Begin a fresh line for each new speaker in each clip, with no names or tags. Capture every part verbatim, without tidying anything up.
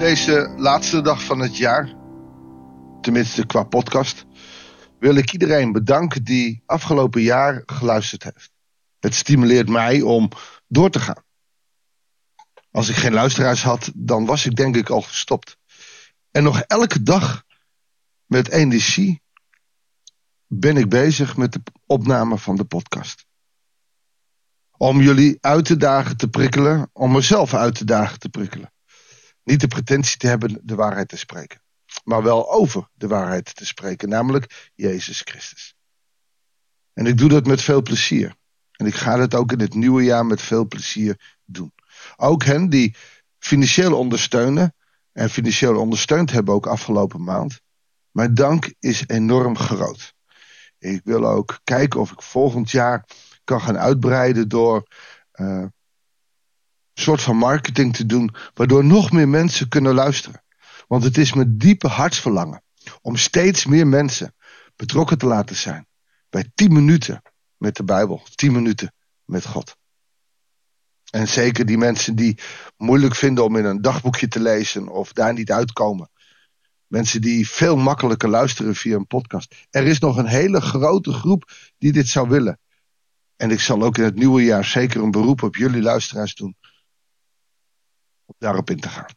deze laatste dag van het jaar, tenminste qua podcast, wil ik iedereen bedanken die afgelopen jaar geluisterd heeft. Het stimuleert mij om door te gaan. Als ik geen luisteraars had, dan was ik denk ik al gestopt. En nog elke dag met energie ben ik bezig met de opname van de podcast. Om jullie uit te dagen te prikkelen, om mezelf uit te dagen te prikkelen. Niet de pretentie te hebben de waarheid te spreken, maar wel over de waarheid te spreken, namelijk Jezus Christus. En ik doe dat met veel plezier. En ik ga dat ook in het nieuwe jaar met veel plezier doen. Ook hen die financieel ondersteunen en financieel ondersteund hebben ook afgelopen maand. Mijn dank is enorm groot. Ik wil ook kijken of ik volgend jaar kan gaan uitbreiden door uh, een soort van marketing te doen, waardoor nog meer mensen kunnen luisteren. Want het is mijn diepe hartsverlangen om steeds meer mensen betrokken te laten zijn bij tien minuten met de Bijbel, tien minuten met God. En zeker die mensen die moeilijk vinden om in een dagboekje te lezen of daar niet uitkomen. Mensen die veel makkelijker luisteren via een podcast. Er is nog een hele grote groep die dit zou willen. En ik zal ook in het nieuwe jaar zeker een beroep op jullie luisteraars doen om daarop in te gaan.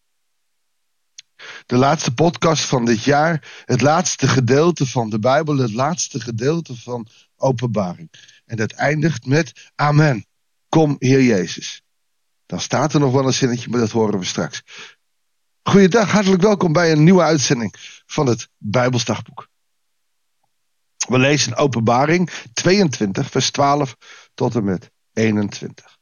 De laatste podcast van dit jaar, het laatste gedeelte van de Bijbel, het laatste gedeelte van Openbaring. En dat eindigt met Amen. Kom, Heer Jezus. Dan staat er nog wel een zinnetje, maar dat horen we straks. Goeiedag, hartelijk welkom bij een nieuwe uitzending van het Bijbelsdagboek. We lezen Openbaring tweeëntwintig, vers twaalf tot en met eenentwintig.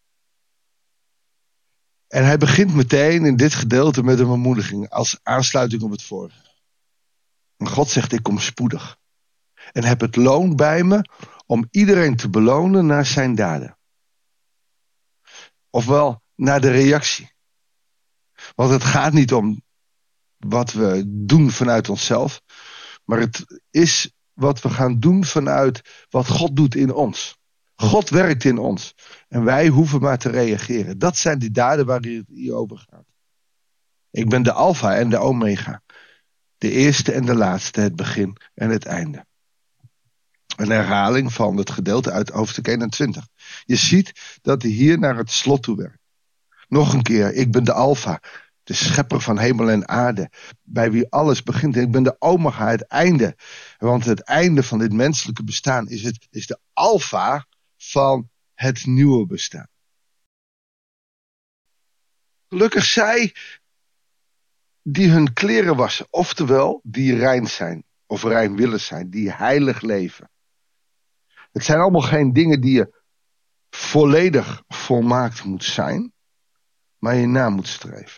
En hij begint meteen in dit gedeelte met een bemoediging als aansluiting op het vorige. En God zegt, ik kom spoedig. En heb het loon bij me om iedereen te belonen naar zijn daden. Ofwel, naar de reactie. Want het gaat niet om wat we doen vanuit onszelf. Maar het is wat we gaan doen vanuit wat God doet in ons. God werkt in ons. En wij hoeven maar te reageren. Dat zijn die daden waar het hier over gaat. Ik ben de Alpha en de Omega. De eerste en de laatste, het begin en het einde. Een herhaling van het gedeelte uit hoofdstuk eenentwintig. Je ziet dat hij hier naar het slot toe werkt. Nog een keer, ik ben de Alpha, de schepper van hemel en aarde, bij wie alles begint. Ik ben de Omega, het einde. Want het einde van dit menselijke bestaan is, het, is de Alpha van het nieuwe bestaan. Gelukkig zij die hun kleren wassen, oftewel die rein zijn, of rein willen zijn, die heilig leven. Het zijn allemaal geen dingen die je volledig volmaakt moet zijn, maar je na moet streven.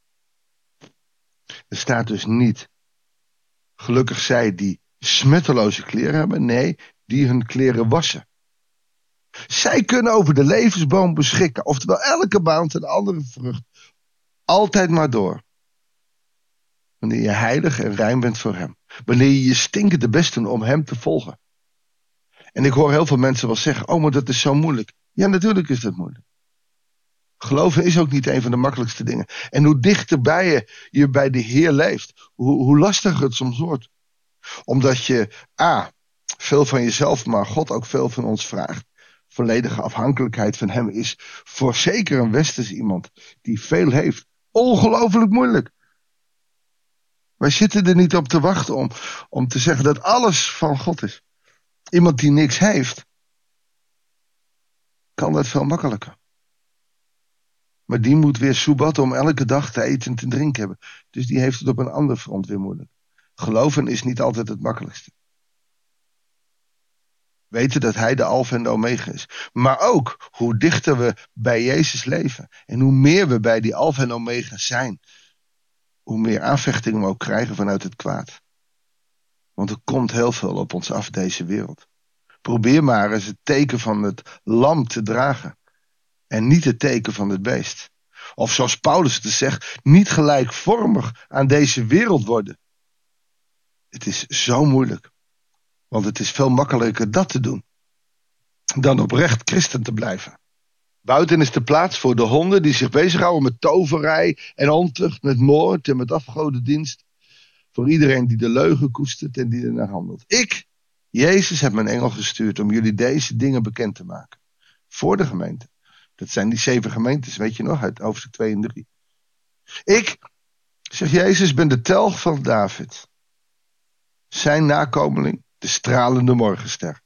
Er staat dus niet, gelukkig zij die smetteloze kleren hebben, nee, die hun kleren wassen. Zij kunnen over de levensboom beschikken, oftewel elke maand een andere vrucht, altijd maar door. Wanneer je heilig en rein bent voor hem. Wanneer je je stinkende best doet om hem te volgen. En ik hoor heel veel mensen wel zeggen, oh maar dat is zo moeilijk. Ja, natuurlijk is dat moeilijk. Geloven is ook niet een van de makkelijkste dingen. En hoe dichterbij je, je bij de Heer leeft, hoe, hoe lastiger het soms wordt. Omdat je, a, veel van jezelf, maar God ook veel van ons vraagt. Volledige afhankelijkheid van hem is voor zeker een westers iemand die veel heeft, ongelooflijk moeilijk. Wij zitten er niet op te wachten om, om te zeggen dat alles van God is. Iemand die niks heeft, kan dat veel makkelijker. Maar die moet weer soebat om elke dag te eten en te drinken hebben. Dus die heeft het op een ander front weer moeilijk. Geloven is niet altijd het makkelijkste. Weten dat hij de Alpha en de Omega is. Maar ook hoe dichter we bij Jezus leven. En hoe meer we bij die Alpha en Omega zijn. Hoe meer aanvechtingen we ook krijgen vanuit het kwaad. Want er komt heel veel op ons af deze wereld. Probeer maar eens het teken van het lam te dragen. En niet het teken van het beest. Of zoals Paulus het zegt, niet gelijkvormig aan deze wereld worden. Het is zo moeilijk. Want het is veel makkelijker dat te doen. Dan oprecht christen te blijven. Buiten is de plaats voor de honden die zich bezighouden met toverij en ontucht, met moord en met afgodendienst. Voor iedereen die de leugen koestert en die ernaar handelt. Ik, Jezus, heb mijn engel gestuurd om jullie deze dingen bekend te maken. Voor de gemeente. Dat zijn die zeven gemeentes, weet je nog, uit hoofdstuk twee en drie. Ik, zegt Jezus, ben de telg van David. Zijn nakomeling, de stralende morgenster.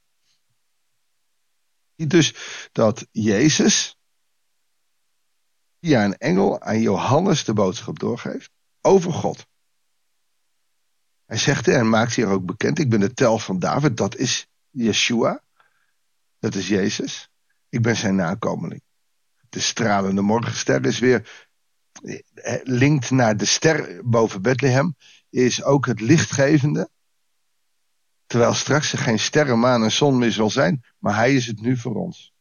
Dus dat Jezus via een engel aan Johannes de boodschap doorgeeft over God. Hij zegt en maakt zich ook bekend, ik ben de telg van David, dat is Yeshua, dat is Jezus. Ik ben zijn nakomeling. De stralende morgenster is weer, linkt naar de ster boven Bethlehem, is ook het lichtgevende. Terwijl straks er geen sterren, maan en zon meer zal zijn, maar hij is het nu voor ons.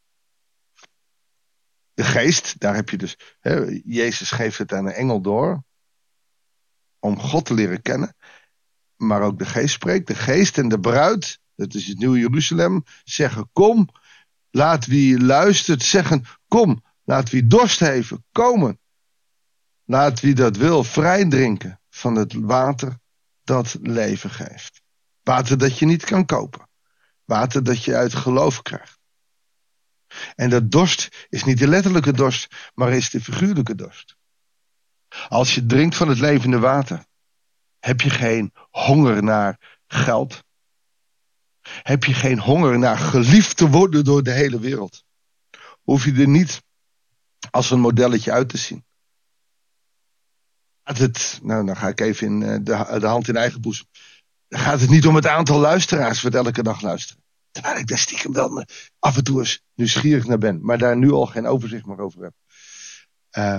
De geest, daar heb je dus, hè, Jezus geeft het aan een engel door, om God te leren kennen. Maar ook de geest spreekt, de geest en de bruid, dat is het nieuwe Jeruzalem, zeggen kom. Laat wie luistert zeggen, kom. Laat wie dorst heeft, komen. Laat wie dat wil, vrij drinken van het water dat leven geeft. Water dat je niet kan kopen. Water dat je uit geloof krijgt. En dat dorst is niet de letterlijke dorst, maar is de figuurlijke dorst. Als je drinkt van het levende water, heb je geen honger naar geld. Heb je geen honger naar geliefd te worden door de hele wereld. Hoef je er niet als een modelletje uit te zien. Gaat het, nou dan ga ik even in de, de hand in eigen boezem. Gaat het niet om het aantal luisteraars wat elke dag luisteren. Terwijl ik daar stiekem wel af en toe eens nieuwsgierig naar ben. Maar daar nu al geen overzicht meer over heb. Uh,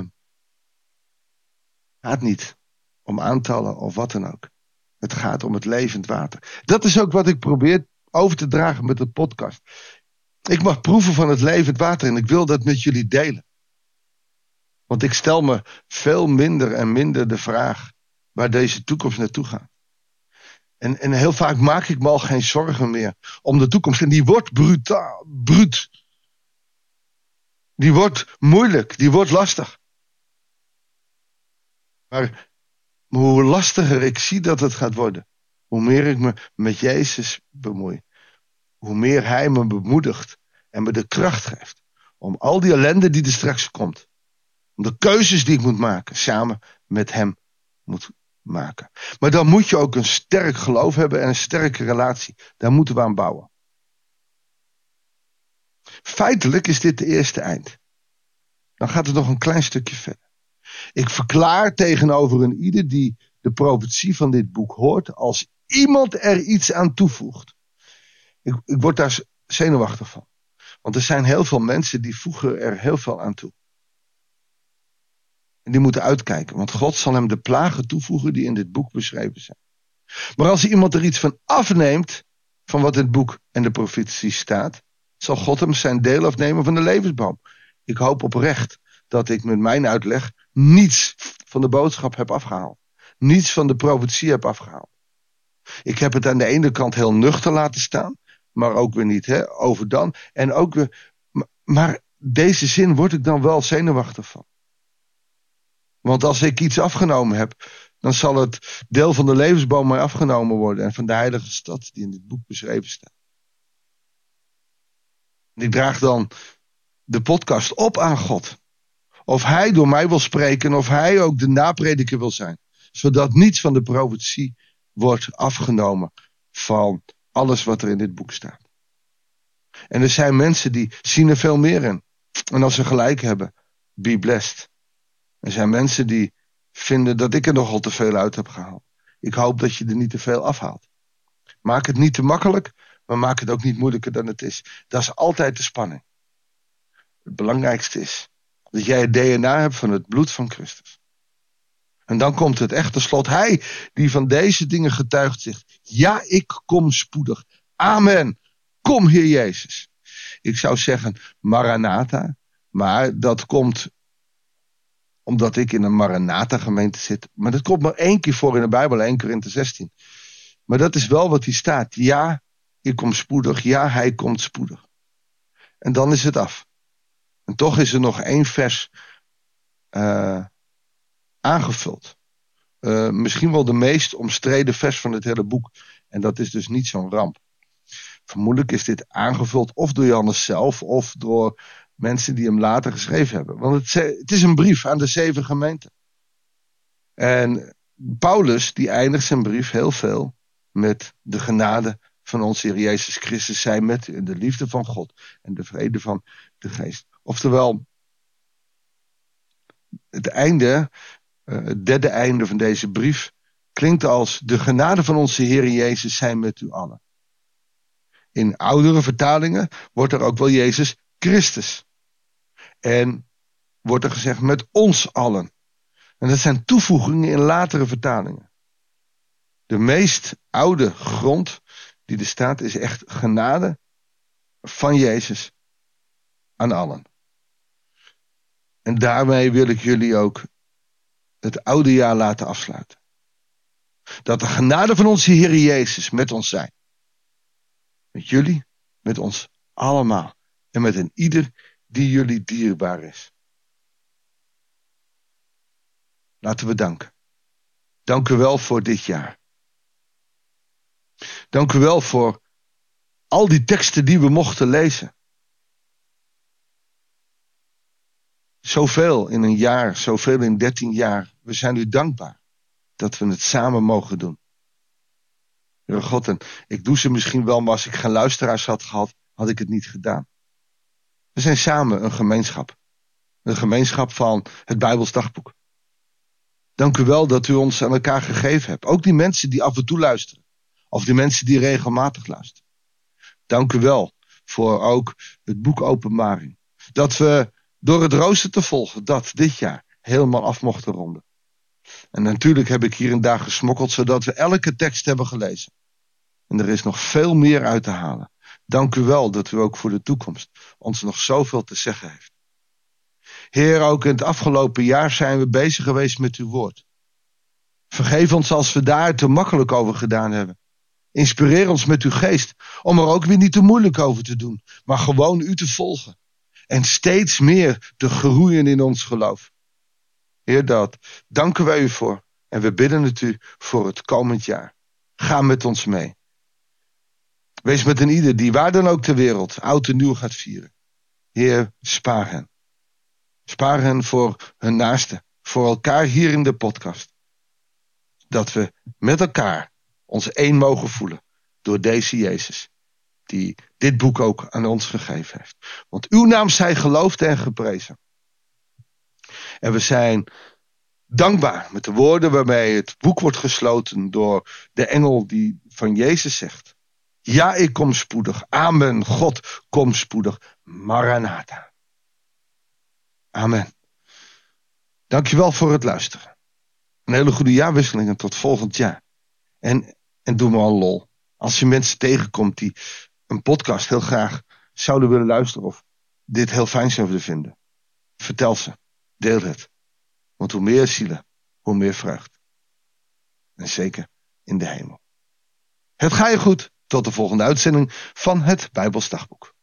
gaat niet om aantallen of wat dan ook. Het gaat om het levend water. Dat is ook wat ik probeer over te dragen met de podcast. Ik mag proeven van het levend water en ik wil dat met jullie delen. Want ik stel me veel minder en minder de vraag waar deze toekomst naartoe gaat. En, en heel vaak maak ik me al geen zorgen meer om de toekomst. En die wordt brutaal, bruut. Die wordt moeilijk, die wordt lastig. Maar hoe lastiger ik zie dat het gaat worden, hoe meer ik me met Jezus bemoei. Hoe meer hij me bemoedigt en me de kracht geeft om al die ellende die er straks komt. Om de keuzes die ik moet maken, samen met hem moet maken. Maar dan moet je ook een sterk geloof hebben en een sterke relatie. Daar moeten we aan bouwen. Feitelijk is dit de eerste eind. Dan gaat het nog een klein stukje verder. Ik verklaar tegenover een ieder die de profetie van dit boek hoort, als iemand er iets aan toevoegt. Ik, ik word daar zenuwachtig van. Want er zijn heel veel mensen die voegen er heel veel aan toe. En die moeten uitkijken, want God zal hem de plagen toevoegen die in dit boek beschreven zijn. Maar als iemand er iets van afneemt, van wat in het boek en de profetie staat, zal God hem zijn deel afnemen van de levensboom. Ik hoop oprecht dat ik met mijn uitleg niets van de boodschap heb afgehaald. Niets van de profetie heb afgehaald. Ik heb het aan de ene kant heel nuchter laten staan, maar ook weer niet, hè, over dan. En ook weer, maar deze zin word ik dan wel zenuwachtig van. Want als ik iets afgenomen heb, dan zal het deel van de levensboom mij afgenomen worden. En van de heilige stad die in dit boek beschreven staat. En ik draag dan de podcast op aan God. Of hij door mij wil spreken, of hij ook de naprediker wil zijn. Zodat niets van de profetie wordt afgenomen van alles wat er in dit boek staat. En er zijn mensen die zien er veel meer in. En als ze gelijk hebben, be blessed. Er zijn mensen die vinden dat ik er nogal te veel uit heb gehaald. Ik hoop dat je er niet te veel afhaalt. Maak het niet te makkelijk, maar maak het ook niet moeilijker dan het is. Dat is altijd de spanning. Het belangrijkste is dat jij het D N A hebt van het bloed van Christus. En dan komt het echte slot. Hij die van deze dingen getuigt zegt, ja, ik kom spoedig. Amen. Kom, Heer Jezus. Ik zou zeggen Maranatha, maar dat komt omdat ik in een Maranatha gemeente zit. Maar dat komt maar één keer voor in de Bijbel, Eerste Korinthe zestien. Maar dat is wel wat hier staat. Ja, ik kom spoedig. Ja, hij komt spoedig. En dan is het af. En toch is er nog één vers uh, aangevuld. Uh, misschien wel de meest omstreden vers van het hele boek. En dat is dus niet zo'n ramp. Vermoedelijk is dit aangevuld of door Johannes zelf of door mensen die hem later geschreven hebben. Want het, het is een brief aan de zeven gemeenten. En Paulus die eindigt zijn brief heel veel met de genade van onze Heer Jezus Christus zij met u en de liefde van God en de vrede van de geest. Oftewel, het einde, het derde einde van deze brief klinkt als de genade van onze Heer Jezus zij met u allen. In oudere vertalingen wordt er ook wel Jezus Christus. En wordt er gezegd met ons allen. En dat zijn toevoegingen in latere vertalingen. De meest oude grond die er staat is echt genade van Jezus aan allen. En daarmee wil ik jullie ook het oude jaar laten afsluiten. Dat de genade van onze Heer Jezus met ons zijn. Met jullie, met ons allemaal. En met een ieder die jullie dierbaar is. Laten we danken. Dank u wel voor dit jaar. Dank u wel voor al die teksten die we mochten lezen. Zoveel in een jaar, zoveel in dertien jaar. We zijn u dankbaar dat we het samen mogen doen. Heere God, en ik doe ze misschien wel, maar als ik geen luisteraars had gehad, had ik het niet gedaan. We zijn samen een gemeenschap. Een gemeenschap van het Bijbels dagboek. Dank u wel dat u ons aan elkaar gegeven hebt. Ook die mensen die af en toe luisteren. Of die mensen die regelmatig luisteren. Dank u wel voor ook het boek Openbaring. Dat we door het rooster te volgen, dat dit jaar helemaal af mochten ronden. En natuurlijk heb ik hier en daar gesmokkeld, zodat we elke tekst hebben gelezen. En er is nog veel meer uit te halen. Dank u wel dat u ook voor de toekomst ons nog zoveel te zeggen heeft. Heer, ook in het afgelopen jaar zijn we bezig geweest met uw woord. Vergeef ons als we daar te makkelijk over gedaan hebben. Inspireer ons met uw geest om er ook weer niet te moeilijk over te doen, maar gewoon u te volgen. En steeds meer te groeien in ons geloof. Heer, dat danken wij u voor. En we bidden het u voor het komend jaar. Ga met ons mee. Wees met een ieder die waar dan ook ter wereld oud en nieuw gaat vieren. Heer, spaar hen. Spaar hen voor hun naasten. Voor elkaar hier in de podcast. Dat we met elkaar ons één mogen voelen. Door deze Jezus. Die dit boek ook aan ons gegeven heeft. Want uw naam zij geloofd en geprezen. En we zijn dankbaar met de woorden waarmee het boek wordt gesloten door de engel die van Jezus zegt. Ja, ik kom spoedig. Amen. God, kom spoedig. Maranatha. Amen. Dankjewel voor het luisteren. Een hele goede jaarwisseling en tot volgend jaar. En, en doe me al lol. Als je mensen tegenkomt die een podcast heel graag zouden willen luisteren of dit heel fijn zouden vinden. Vertel ze. Deel het. Want hoe meer zielen, hoe meer vreugd. En zeker in de hemel. Het ga je goed. Tot de volgende uitzending van het Bijbels Dagboek.